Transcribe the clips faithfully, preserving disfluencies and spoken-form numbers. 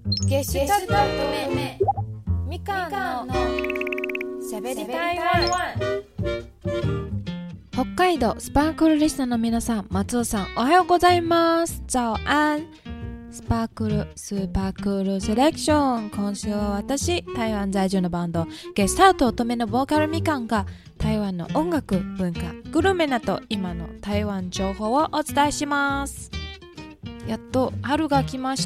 ゲシュタルトめみかんのしゃべり台湾。北海道スパークルリスナーの皆さん、松尾さんおはようございます。早安。スパークルスーパークールセレクション。今週は私、台湾在住のバンドゲスタート乙女のボーカルみかんが台湾の音楽、文化、グルメなど今の台湾情報をお伝えします。やっと春が来ました。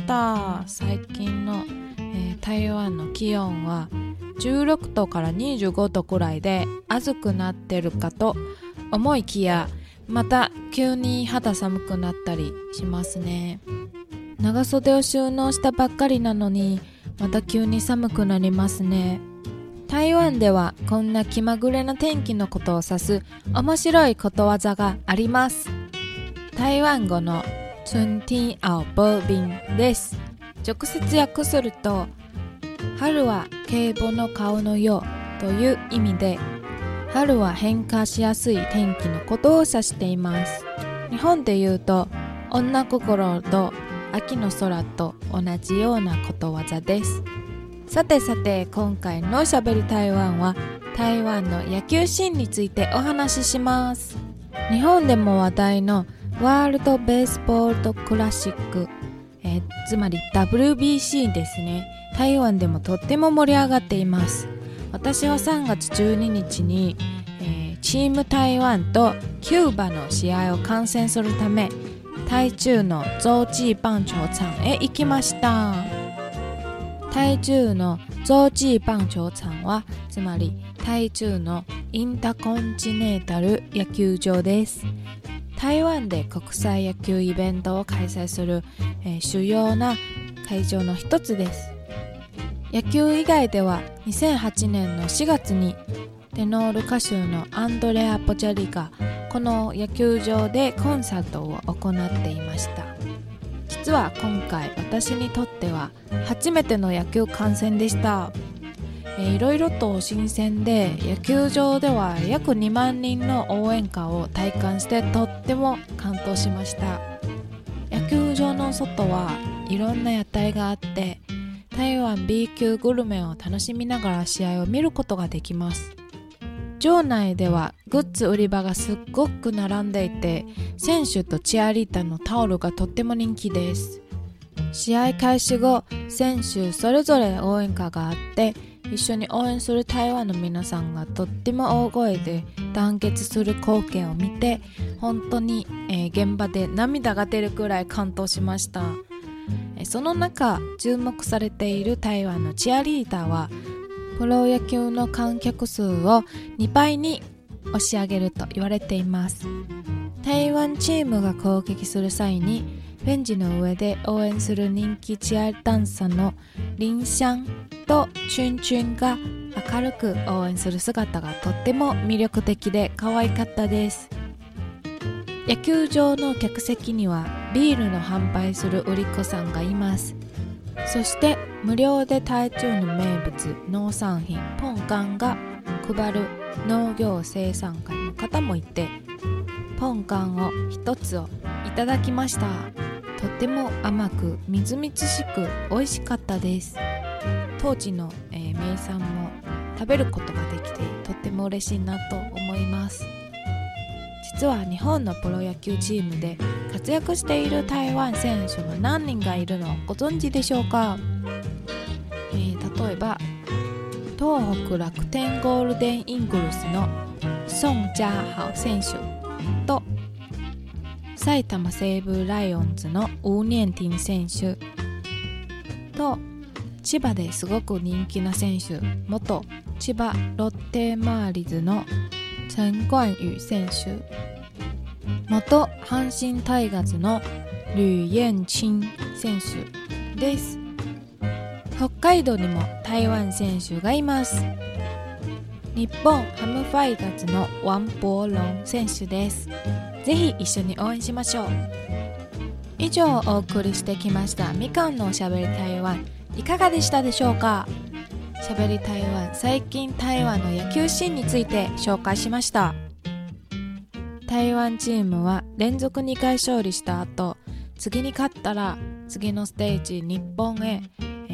最近の、えー、台湾の気温はじゅうろくどからにじゅうごどくらいで暑くなってるかと思いきや、また急に肌寒くなったりしますね。長袖を収納したばっかりなのにまた急に寒くなりますね。台湾ではこんな気まぐれな天気のことを指す面白いことわざがあります。台湾語の春天青波便です。直接訳すると、春は警母の顔のようという意味で、春は変化しやすい天気のことを指しています。日本で言うと、女心と秋の空と同じようなことわざです。さてさて、今回のしゃべり台湾は台湾の野球シーンについてお話しします。日本でも話題のワールドベースボールクラシック、えー、つまり ダブリュービーシー ですね。台湾でもとっても盛り上がっています。私はさんがつじゅうににちに、えー、チーム台湾とキューバの試合を観戦するため、台中の洲際棒球場へ行きました。台中の洲際棒球場はつまり台中のインターコンチネンタル野球場です。台湾で国際野球イベントを開催する、えー、主要な会場の一つです。野球以外ではにせんはちねんのしがつにテノール歌手のアンドレア・ポチャリがこの野球場でコンサートを行っていました。実は今回私にとっては初めての野球観戦でした。えー、いろいろと新鮮で、野球場では約にまんにんの応援歌を体感してとっても感動しました。野球場の外はいろんな屋台があって、台湾 B 級グルメを楽しみながら試合を見ることができます。場内ではグッズ売り場がすっごく並んでいて、選手とチアリーダーのタオルがとっても人気です。試合開始後、選手それぞれ応援歌があって、一緒に応援する台湾の皆さんがとっても大声で団結する光景を見て、本当に、えー、現場で涙が出るくらい感動しました。えー、その中、注目されている台湾のチアリーダーはプロ野球の観客数をにばいに押し上げると言われています。台湾チームが攻撃する際にベンチの上で応援する人気チアダンサーのリンシャンとチュンチュンが明るく応援する姿がとっても魅力的で可愛かったです。野球場の客席にはビールの販売する売り子さんがいます。そして無料で台中の名物農産品ポンカンが配る農業生産会の方もいて、ポンカンを一つをいただきました。とっても甘くみずみずしく美味しかったです。当時の、えー、名産も食べることができてとっても嬉しいなと思います。実は日本のプロ野球チームで活躍している台湾選手は何人がいるのをご存知でしょうか。えー、例えば東北楽天ゴールデンイングルスのソン・ジャーハオ選手と埼玉西武ライオンズのウー・ニェンティン選手と、千葉ですごく人気な選手、元千葉ロッテマーリーズの陳冠宇選手、元阪神タイガースの呂彥青選手です。北海道にも台湾選手がいます。日本ハムファイターズのワン・ボーロン選手です。ぜひ一緒に応援しましょう。以上お送りしてきましたみかんのおしゃべり台湾、いかがでしたでしょうか。しゃべり台湾、最近台湾の野球シーンについて紹介しました。台湾チームは連続にかい勝利した後、次に勝ったら次のステージ日本へ、え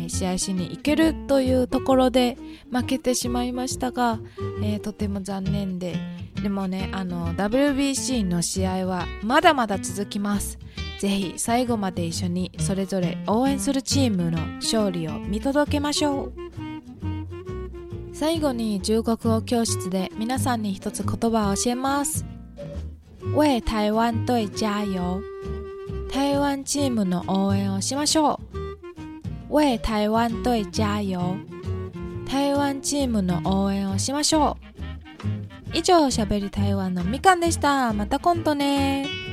ー、試合しに行けるというところで負けてしまいましたが、えー、とても残念で、でもね、あの ダブリュービーシー の試合はまだまだ続きます。ぜひ最後まで一緒にそれぞれ応援するチームの勝利を見届けましょう。最後に中国語教室で皆さんに一つ言葉を教えます。為台灣隊加油。台湾チームの応援をしましょう。為台灣隊加油。台湾チームの応援をしましょう。以上、しゃべり台湾のみかんでした。また今度ね。